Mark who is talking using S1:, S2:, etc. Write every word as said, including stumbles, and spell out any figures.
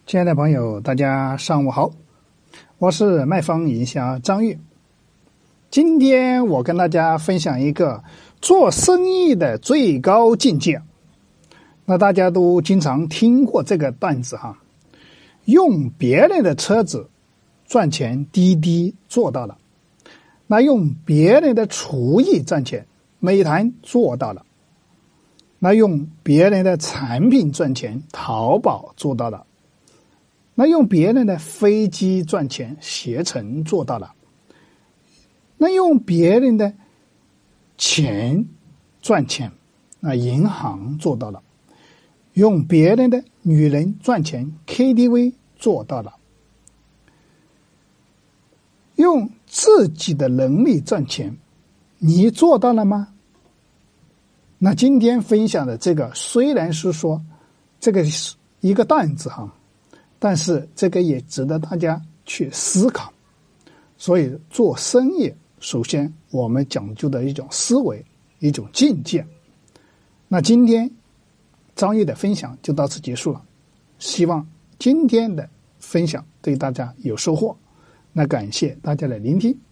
S1: 亲爱的朋友，大家上午好，我是卖方营销张玉。今天我跟大家分享一个做生意的最高境界。那大家都经常听过这个段子哈，用别人的车子赚钱，滴滴做到了；那用别人的厨艺赚钱，美团做到了；那用别人的产品赚钱，淘宝做到了；那用别人的飞机赚钱，携程做到了；那用别人的钱赚钱，那银行做到了；用别人的女人赚钱 ，K T V 做到了；用自己的能力赚钱，你做到了吗？那今天分享的这个虽然是说这个是一个段子哈，但是这个也值得大家去思考。所以做生意，首先我们讲究的一种思维，一种境界。那今天张玉的分享就到此结束了，希望今天的分享对大家有收获。那感谢大家的聆听。